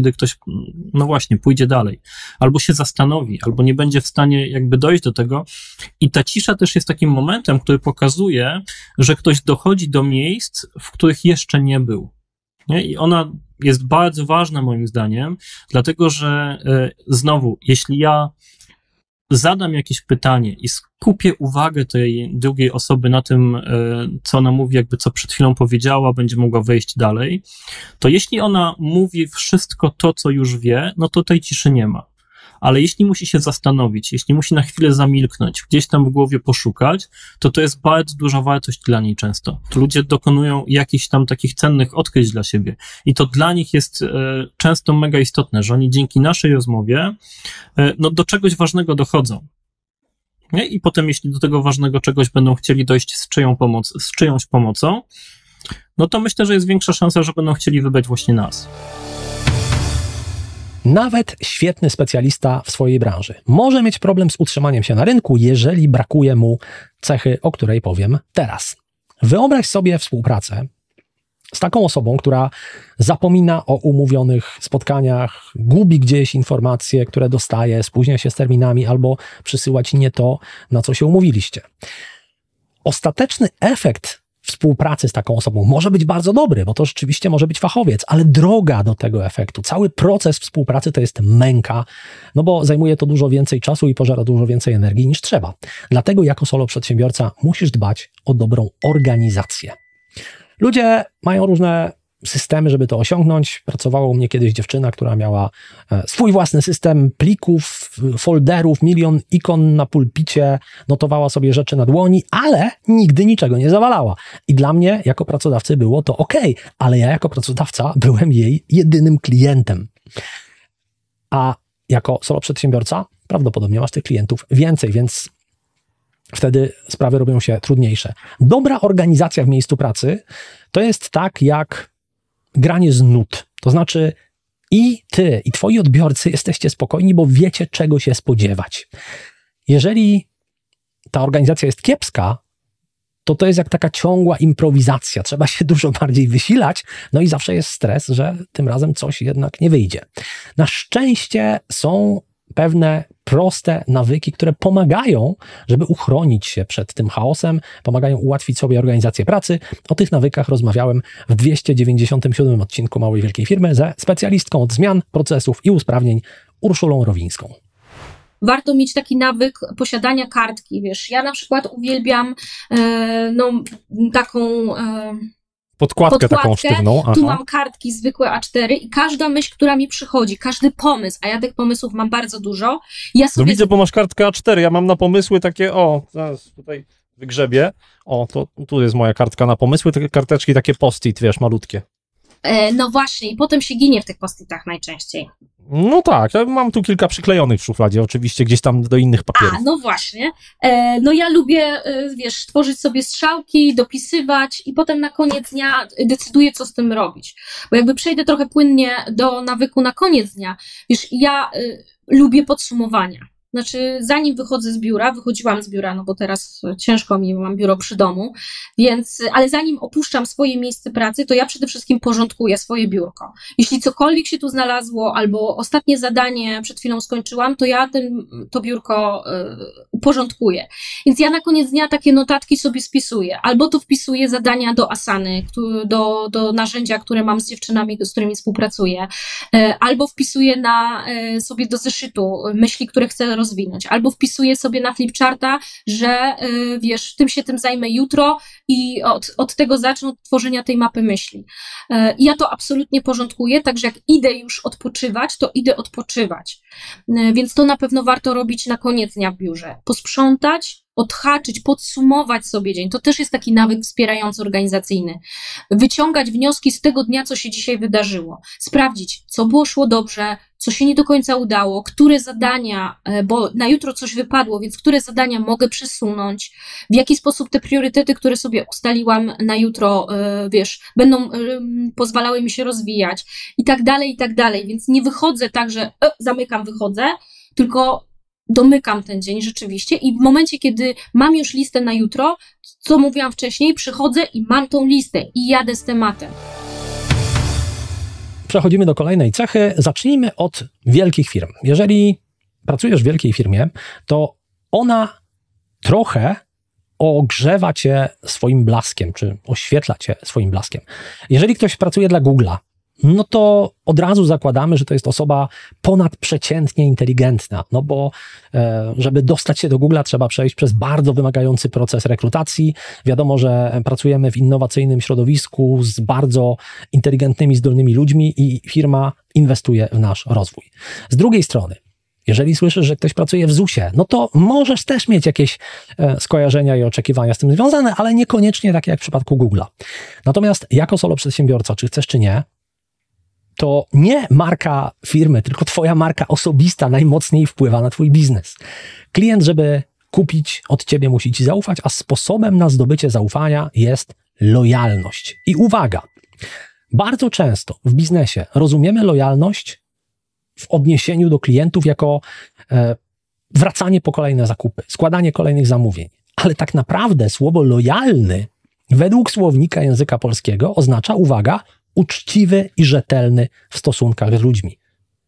no właśnie, pójdzie dalej. Albo się zastanowi, albo nie będzie w stanie jakby dojść do tego. I ta cisza też jest takim momentem, który pokazuje, że ktoś dochodzi do miejsc, w których jeszcze nie był. Nie? I ona jest bardzo ważna moim zdaniem, dlatego że znowu, jeśli ja zadam jakieś pytanie i skupię uwagę tej drugiej osoby na tym, co ona mówi, jakby co przed chwilą powiedziała, będzie mogła wejść dalej, to jeśli ona mówi wszystko to, co już wie, no to tej ciszy nie ma. Ale jeśli musi się zastanowić, jeśli musi na chwilę zamilknąć, gdzieś tam w głowie poszukać, to jest bardzo duża wartość dla niej często. To ludzie dokonują jakichś tam takich cennych odkryć dla siebie. I to dla nich jest często mega istotne, że oni dzięki naszej rozmowie no, do czegoś ważnego dochodzą. Nie? I potem, jeśli do tego ważnego czegoś będą chcieli dojść z czyjąś pomocą, no to myślę, że jest większa szansa, że będą chcieli wybrać właśnie nas. Nawet świetny specjalista w swojej branży może mieć problem z utrzymaniem się na rynku, jeżeli brakuje mu cechy, o której powiem teraz. Wyobraź sobie współpracę z taką osobą, która zapomina o umówionych spotkaniach, gubi gdzieś informacje, które dostaje, spóźnia się z terminami albo przysyła ci nie to, na co się umówiliście. Ostateczny efekt współpracy z taką osobą może być bardzo dobry, bo to rzeczywiście może być fachowiec, ale droga do tego efektu, cały proces współpracy to jest męka, no bo zajmuje to dużo więcej czasu i pożera dużo więcej energii niż trzeba. Dlatego jako solo przedsiębiorca musisz dbać o dobrą organizację. Ludzie mają różne systemy, żeby to osiągnąć. Pracowała u mnie kiedyś dziewczyna, która miała swój własny system plików, folderów, 1 000 000 ikon na pulpicie, notowała sobie rzeczy na dłoni, ale nigdy niczego nie zawalała. I dla mnie jako pracodawcy było to okej, ale ja jako pracodawca byłem jej jedynym klientem. A jako solo przedsiębiorca prawdopodobnie masz tych klientów więcej, więc wtedy sprawy robią się trudniejsze. Dobra organizacja w miejscu pracy to jest tak jak granie z nut. To znaczy i ty, i twoi odbiorcy jesteście spokojni, bo wiecie, czego się spodziewać. Jeżeli ta organizacja jest kiepska, to jest jak taka ciągła improwizacja. Trzeba się dużo bardziej wysilać, no i zawsze jest stres, że tym razem coś jednak nie wyjdzie. Na szczęście są pewne proste nawyki, które pomagają, żeby uchronić się przed tym chaosem, pomagają ułatwić sobie organizację pracy. O tych nawykach rozmawiałem w 297 odcinku Małej Wielkiej Firmy ze specjalistką od zmian, procesów i usprawnień Urszulą Rowińską. Warto mieć taki nawyk posiadania kartki, wiesz, ja na przykład uwielbiam taką podkładkę taką sztywną. Tu mam kartki zwykłe A4 i każda myśl, która mi przychodzi, każdy pomysł, a ja tych pomysłów mam bardzo dużo. Ja sobie... No widzę, bo masz kartkę A4, ja mam na pomysły takie, zaraz tutaj wygrzebię. To tu jest moja kartka na pomysły, takie karteczki takie post-it, wiesz, malutkie. No właśnie, i potem się ginie w tych post-itach najczęściej. No tak, ja mam tu kilka przyklejonych w szufladzie, oczywiście gdzieś tam do innych papierów. No właśnie. No ja lubię, wiesz, tworzyć sobie strzałki, dopisywać i potem na koniec dnia decyduję, co z tym robić. Bo jakby przejdę trochę płynnie do nawyku na koniec dnia, wiesz, ja lubię podsumowania. Znaczy, zanim wychodziłam z biura, no bo teraz ciężko mi, mam biuro przy domu, więc, ale zanim opuszczam swoje miejsce pracy, to ja przede wszystkim porządkuję swoje biurko. Jeśli cokolwiek się tu znalazło, albo ostatnie zadanie przed chwilą skończyłam, to ja to biurko uporządkuję. Więc ja na koniec dnia takie notatki sobie spisuję, albo to wpisuję zadania do Asany, do narzędzia, które mam z dziewczynami, z którymi współpracuję, albo wpisuję sobie do zeszytu myśli, które chcę rozwinąć, albo wpisuję sobie na flipcharta, że wiesz, tym zajmę jutro i od tego zacznę, od tworzenia tej mapy myśli. I ja to absolutnie porządkuję, także jak idę już odpoczywać, to idę odpoczywać. Więc to na pewno warto robić na koniec dnia w biurze. Posprzątać, odhaczyć, podsumować sobie dzień. To też jest taki nawyk wspierający organizacyjny. Wyciągać wnioski z tego dnia, co się dzisiaj wydarzyło. Sprawdzić, co szło dobrze, co się nie do końca udało, które zadania, bo na jutro coś wypadło, więc które zadania mogę przesunąć, w jaki sposób te priorytety, które sobie ustaliłam na jutro, wiesz, będą pozwalały mi się rozwijać i tak dalej, więc nie wychodzę tak, że zamykam, wychodzę, tylko domykam ten dzień rzeczywiście i w momencie, kiedy mam już listę na jutro, co mówiłam wcześniej, przychodzę i mam tą listę i jadę z tematem. Przechodzimy do kolejnej cechy. Zacznijmy od wielkich firm. Jeżeli pracujesz w wielkiej firmie, to ona trochę ogrzewa cię swoim blaskiem, czy oświetla cię swoim blaskiem. Jeżeli ktoś pracuje dla Google'a, no to od razu zakładamy, że to jest osoba ponadprzeciętnie inteligentna, no bo żeby dostać się do Google'a, trzeba przejść przez bardzo wymagający proces rekrutacji. Wiadomo, że pracujemy w innowacyjnym środowisku z bardzo inteligentnymi, zdolnymi ludźmi i firma inwestuje w nasz rozwój. Z drugiej strony, jeżeli słyszysz, że ktoś pracuje w ZUS-ie, no to możesz też mieć jakieś skojarzenia i oczekiwania z tym związane, ale niekoniecznie takie jak w przypadku Google'a. Natomiast jako solo przedsiębiorca, czy chcesz, czy nie, to nie marka firmy, tylko twoja marka osobista najmocniej wpływa na twój biznes. Klient, żeby kupić od ciebie, musi ci zaufać, a sposobem na zdobycie zaufania jest lojalność. I uwaga, bardzo często w biznesie rozumiemy lojalność w odniesieniu do klientów jako wracanie po kolejne zakupy, składanie kolejnych zamówień. Ale tak naprawdę słowo lojalny według słownika języka polskiego oznacza, uwaga, uczciwy i rzetelny w stosunkach z ludźmi.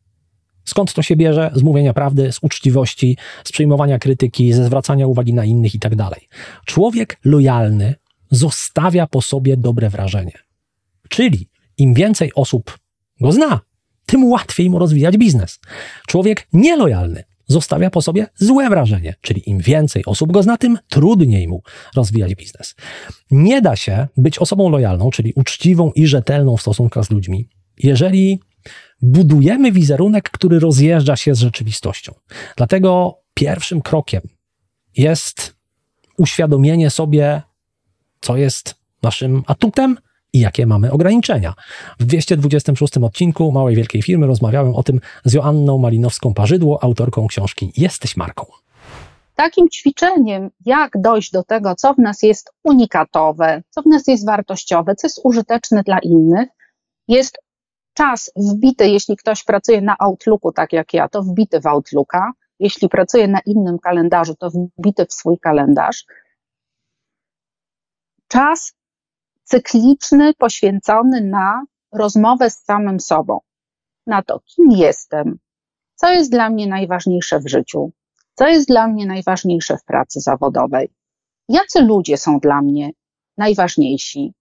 Skąd to się bierze? Z mówienia prawdy, z uczciwości, z przyjmowania krytyki, ze zwracania uwagi na innych i tak dalej. Człowiek lojalny zostawia po sobie dobre wrażenie. Czyli im więcej osób go zna, tym łatwiej mu rozwijać biznes. Człowiek nielojalny zostawia po sobie złe wrażenie, czyli im więcej osób go zna, tym trudniej mu rozwijać biznes. Nie da się być osobą lojalną, czyli uczciwą i rzetelną w stosunkach z ludźmi, jeżeli budujemy wizerunek, który rozjeżdża się z rzeczywistością. Dlatego pierwszym krokiem jest uświadomienie sobie, co jest naszym atutem i jakie mamy ograniczenia. W 226 odcinku Małej Wielkiej Firmy rozmawiałem o tym z Joanną Malinowską-Parzydło, autorką książki Jesteś marką. Takim ćwiczeniem, jak dojść do tego, co w nas jest unikatowe, co w nas jest wartościowe, co jest użyteczne dla innych, jest czas wbity, jeśli ktoś pracuje na Outlooku, tak jak ja, to wbity w Outlooka, jeśli pracuje na innym kalendarzu, to wbity w swój kalendarz. Czas cykliczny, poświęcony na rozmowę z samym sobą, na to, kim jestem, co jest dla mnie najważniejsze w życiu, co jest dla mnie najważniejsze w pracy zawodowej, jacy ludzie są dla mnie najważniejsi,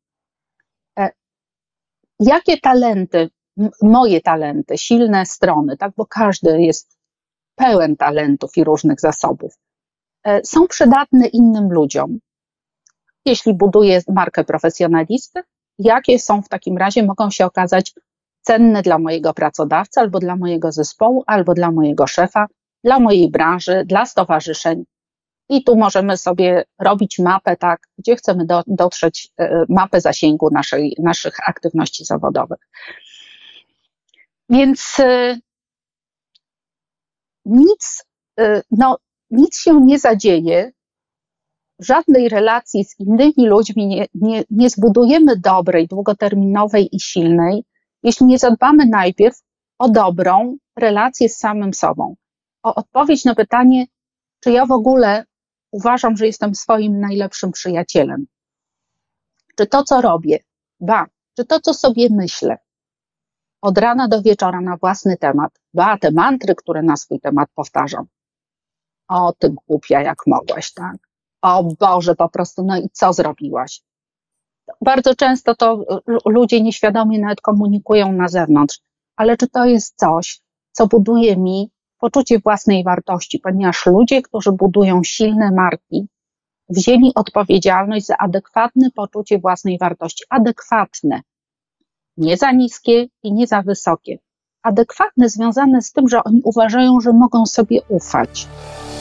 jakie talenty, moje talenty, silne strony, tak, bo każdy jest pełen talentów i różnych zasobów, są przydatne innym ludziom. Jeśli buduję markę profesjonalisty, jakie są w takim razie, mogą się okazać cenne dla mojego pracodawcy, albo dla mojego zespołu, albo dla mojego szefa, dla mojej branży, dla stowarzyszeń. I tu możemy sobie robić mapę, tak, gdzie chcemy dotrzeć, mapę zasięgu naszych aktywności zawodowych. Więc nic się nie zadzieje, żadnej relacji z innymi ludźmi nie zbudujemy dobrej, długoterminowej i silnej, jeśli nie zadbamy najpierw o dobrą relację z samym sobą. o odpowiedź na pytanie, czy ja w ogóle uważam, że jestem swoim najlepszym przyjacielem. Czy to, co robię, czy to, co sobie myślę, od rana do wieczora na własny temat, te mantry, które na swój temat powtarzam. O, ty głupia, jak mogłaś, tak? O Boże, po prostu, no i co zrobiłaś? Bardzo często to ludzie nieświadomie nawet komunikują na zewnątrz, ale czy to jest coś, co buduje mi poczucie własnej wartości, ponieważ ludzie, którzy budują silne marki, wzięli odpowiedzialność za adekwatne poczucie własnej wartości. Adekwatne. Nie za niskie i nie za wysokie. Adekwatne związane z tym, że oni uważają, że mogą sobie ufać.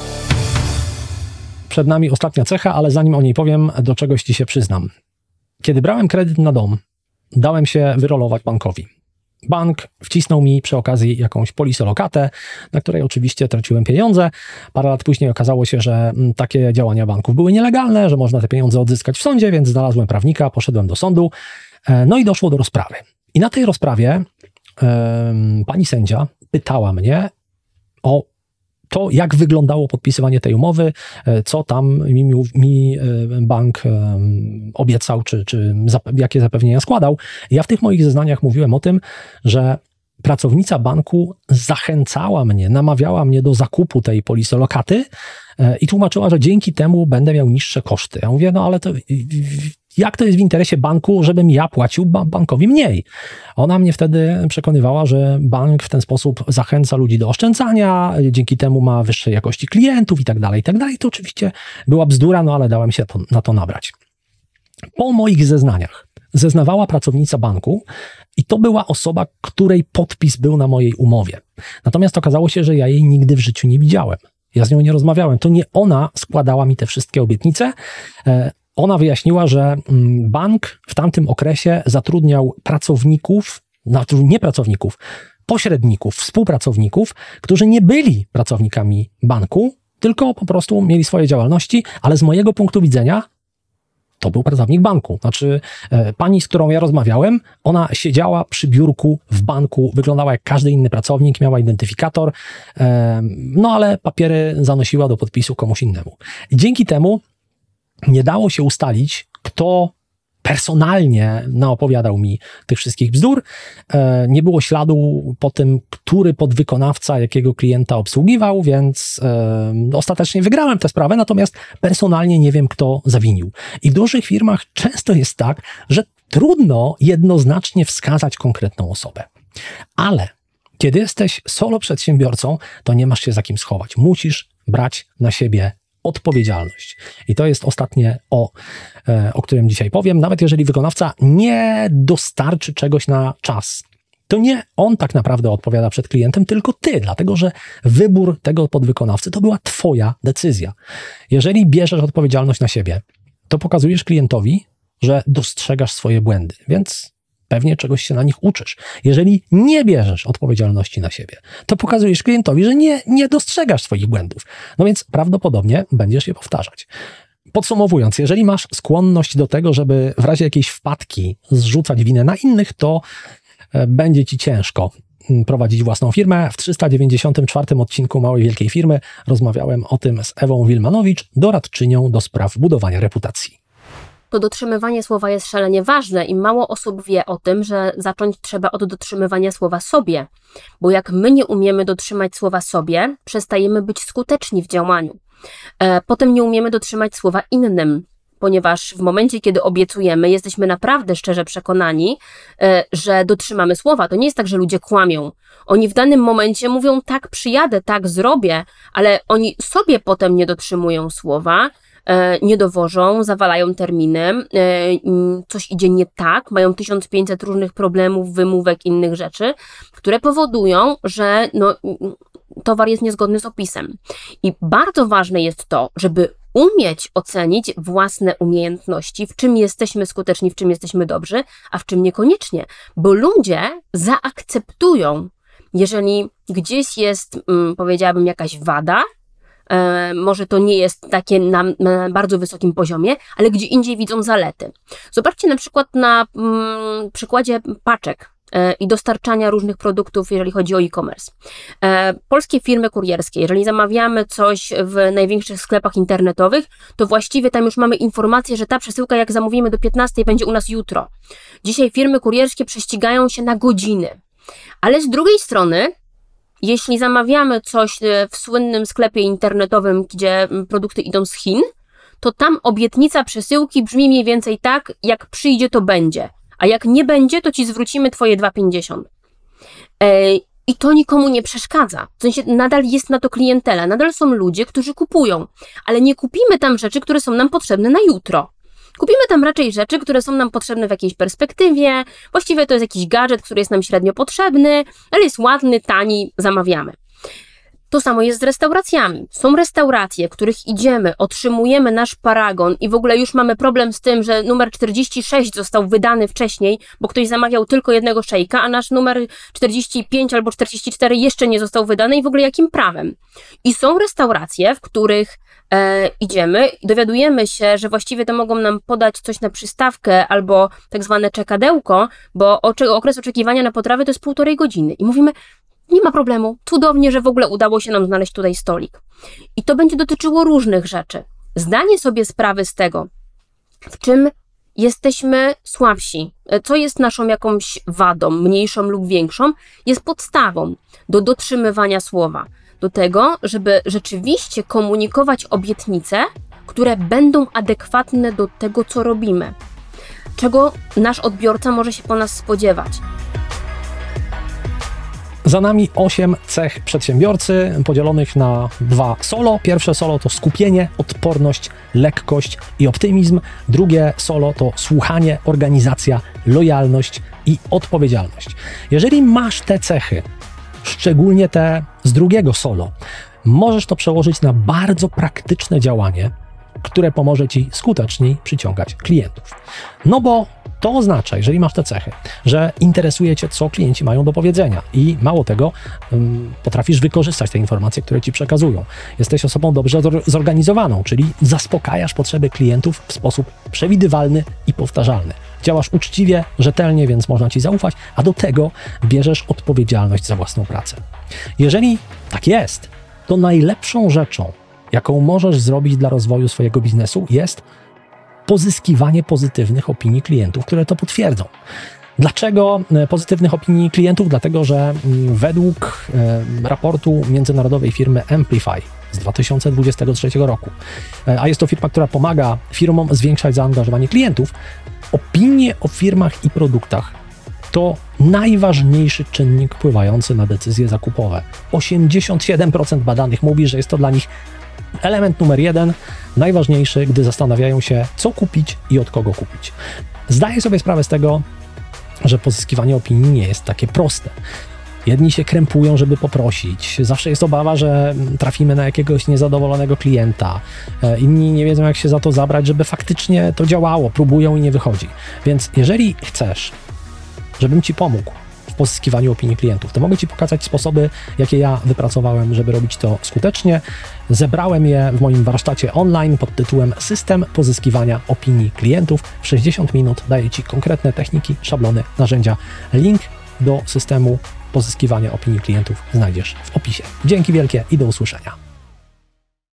Przed nami ostatnia cecha, ale zanim o niej powiem, do czegoś ci się przyznam. Kiedy brałem kredyt na dom, dałem się wyrolować bankowi. Bank wcisnął mi przy okazji jakąś polisolokatę, na której oczywiście traciłem pieniądze. Parę lat później okazało się, że takie działania banków były nielegalne, że można te pieniądze odzyskać w sądzie, więc znalazłem prawnika, poszedłem do sądu, no i doszło do rozprawy. I na tej rozprawie pani sędzia pytała mnie o to, jak wyglądało podpisywanie tej umowy, co tam mi bank obiecał, czy jakie zapewnienia składał. Ja w tych moich zeznaniach mówiłem o tym, że pracownica banku zachęcała mnie, namawiała mnie do zakupu tej polisolokaty i tłumaczyła, że dzięki temu będę miał niższe koszty. Ja mówię, no ale to jak to jest w interesie banku, żebym ja płacił bankowi mniej? Ona mnie wtedy przekonywała, że bank w ten sposób zachęca ludzi do oszczędzania, dzięki temu ma wyższej jakości klientów i tak dalej, i tak dalej. To oczywiście była bzdura, no ale dałem się na to nabrać. Po moich zeznaniach zeznawała pracownica banku i to była osoba, której podpis był na mojej umowie. Natomiast okazało się, że ja jej nigdy w życiu nie widziałem. Ja z nią nie rozmawiałem. To nie ona składała mi te wszystkie obietnice. Ona wyjaśniła, że bank w tamtym okresie zatrudniał pracowników, nie pracowników, pośredników, współpracowników, którzy nie byli pracownikami banku, tylko po prostu mieli swoje działalności, ale z mojego punktu widzenia to był pracownik banku. Znaczy pani, z którą ja rozmawiałem, ona siedziała przy biurku w banku, wyglądała jak każdy inny pracownik, miała identyfikator, no ale papiery zanosiła do podpisu komuś innemu. I dzięki temu nie dało się ustalić, kto personalnie naopowiadał mi tych wszystkich bzdur. Nie było śladu po tym, który podwykonawca jakiego klienta obsługiwał, więc ostatecznie wygrałem tę sprawę, natomiast personalnie nie wiem, kto zawinił. I w dużych firmach często jest tak, że trudno jednoznacznie wskazać konkretną osobę. Ale kiedy jesteś solo przedsiębiorcą, to nie masz się za kim schować. Musisz brać na siebie odpowiedzialność. I to jest ostatnie o którym dzisiaj powiem. Nawet jeżeli wykonawca nie dostarczy czegoś na czas, to nie on tak naprawdę odpowiada przed klientem, tylko ty, dlatego że wybór tego podwykonawcy to była twoja decyzja. Jeżeli bierzesz odpowiedzialność na siebie, to pokazujesz klientowi, że dostrzegasz swoje błędy, więc pewnie czegoś się na nich uczysz. Jeżeli nie bierzesz odpowiedzialności na siebie, to pokazujesz klientowi, że nie dostrzegasz swoich błędów. No więc prawdopodobnie będziesz je powtarzać. Podsumowując, jeżeli masz skłonność do tego, żeby w razie jakiejś wpadki zrzucać winę na innych, to będzie ci ciężko prowadzić własną firmę. W 394 odcinku Małej Wielkiej Firmy rozmawiałem o tym z Ewą Wilmanowicz, doradczynią do spraw budowania reputacji. To dotrzymywanie słowa jest szalenie ważne i mało osób wie o tym, że zacząć trzeba od dotrzymywania słowa sobie. Bo jak my nie umiemy dotrzymać słowa sobie, przestajemy być skuteczni w działaniu. Potem nie umiemy dotrzymać słowa innym, ponieważ w momencie, kiedy obiecujemy, jesteśmy naprawdę szczerze przekonani, że dotrzymamy słowa. To nie jest tak, że ludzie kłamią. Oni w danym momencie mówią, tak, przyjadę, tak, zrobię, ale oni sobie potem nie dotrzymują słowa, nie dowożą, zawalają terminy, coś idzie nie tak, mają 1500 różnych problemów, wymówek, innych rzeczy, które powodują, że towar jest niezgodny z opisem. I bardzo ważne jest to, żeby umieć ocenić własne umiejętności, w czym jesteśmy skuteczni, w czym jesteśmy dobrzy, a w czym niekoniecznie, bo ludzie zaakceptują, jeżeli gdzieś jest, powiedziałabym, jakaś wada, może to nie jest takie na bardzo wysokim poziomie, ale gdzie indziej widzą zalety. Zobaczcie na przykład na przykładzie paczek. i dostarczania różnych produktów, jeżeli chodzi o e-commerce. Polskie firmy kurierskie, jeżeli zamawiamy coś w największych sklepach internetowych, to właściwie tam już mamy informację, że ta przesyłka, jak zamówimy do 15, będzie u nas jutro. Dzisiaj firmy kurierskie prześcigają się na godziny. Ale z drugiej strony, jeśli zamawiamy coś w słynnym sklepie internetowym, gdzie produkty idą z Chin, to tam obietnica przesyłki brzmi mniej więcej tak, jak przyjdzie, to będzie. A jak nie będzie, to ci zwrócimy twoje 2,50. I to nikomu nie przeszkadza. W sensie nadal jest na to klientela, nadal są ludzie, którzy kupują, ale nie kupimy tam rzeczy, które są nam potrzebne na jutro. Kupimy tam raczej rzeczy, które są nam potrzebne w jakiejś perspektywie, właściwie to jest jakiś gadżet, który jest nam średnio potrzebny, ale jest ładny, tani, zamawiamy. To samo jest z restauracjami. Są restauracje, w których idziemy, otrzymujemy nasz paragon i w ogóle już mamy problem z tym, że numer 46 został wydany wcześniej, bo ktoś zamawiał tylko jednego szejka, a nasz numer 45 albo 44 jeszcze nie został wydany i w ogóle jakim prawem. I są restauracje, w których idziemy i dowiadujemy się, że właściwie to mogą nam podać coś na przystawkę albo tak zwane czekadełko, bo okres oczekiwania na potrawę to jest 1,5 godziny. I mówimy, nie ma problemu, cudownie, że w ogóle udało się nam znaleźć tutaj stolik. I to będzie dotyczyło różnych rzeczy. Zdanie sobie sprawy z tego, w czym jesteśmy słabsi, co jest naszą jakąś wadą, mniejszą lub większą, jest podstawą do dotrzymywania słowa. Do tego, żeby rzeczywiście komunikować obietnice, które będą adekwatne do tego, co robimy. Czego nasz odbiorca może się po nas spodziewać. Za nami 8 cech przedsiębiorcy podzielonych na 2 solo. Pierwsze solo to skupienie, odporność, lekkość i optymizm. Drugie solo to słuchanie, organizacja, lojalność i odpowiedzialność. Jeżeli masz te cechy, szczególnie te z drugiego solo, możesz to przełożyć na bardzo praktyczne działanie, które pomoże ci skuteczniej przyciągać klientów. No bo to oznacza, jeżeli masz te cechy, że interesuje cię, co klienci mają do powiedzenia i mało tego, potrafisz wykorzystać te informacje, które ci przekazują. Jesteś osobą dobrze zorganizowaną, czyli zaspokajasz potrzeby klientów w sposób przewidywalny i powtarzalny. Działasz uczciwie, rzetelnie, więc można ci zaufać, a do tego bierzesz odpowiedzialność za własną pracę. Jeżeli tak jest, to najlepszą rzeczą, jaką możesz zrobić dla rozwoju swojego biznesu, jest pozyskiwanie pozytywnych opinii klientów, które to potwierdzą. Dlaczego pozytywnych opinii klientów? Dlatego, że według raportu międzynarodowej firmy Amplify z 2023 roku, a jest to firma, która pomaga firmom zwiększać zaangażowanie klientów, opinie o firmach i produktach to najważniejszy czynnik wpływający na decyzje zakupowe. 87% badanych mówi, że jest to dla nich element numer 1, najważniejszy, gdy zastanawiają się, co kupić i od kogo kupić. Zdaję sobie sprawę z tego, że pozyskiwanie opinii nie jest takie proste. Jedni się krępują, żeby poprosić. Zawsze jest obawa, że trafimy na jakiegoś niezadowolonego klienta. Inni nie wiedzą, jak się za to zabrać, żeby faktycznie to działało. Próbują i nie wychodzi. Więc jeżeli chcesz, żebym ci pomógł w pozyskiwaniu opinii klientów, to mogę ci pokazać sposoby, jakie ja wypracowałem, żeby robić to skutecznie. Zebrałem je w moim warsztacie online pod tytułem System pozyskiwania opinii klientów. W 60 minut daję ci konkretne techniki, szablony, narzędzia. Link do systemu pozyskiwania opinii klientów znajdziesz w opisie. Dzięki wielkie i do usłyszenia.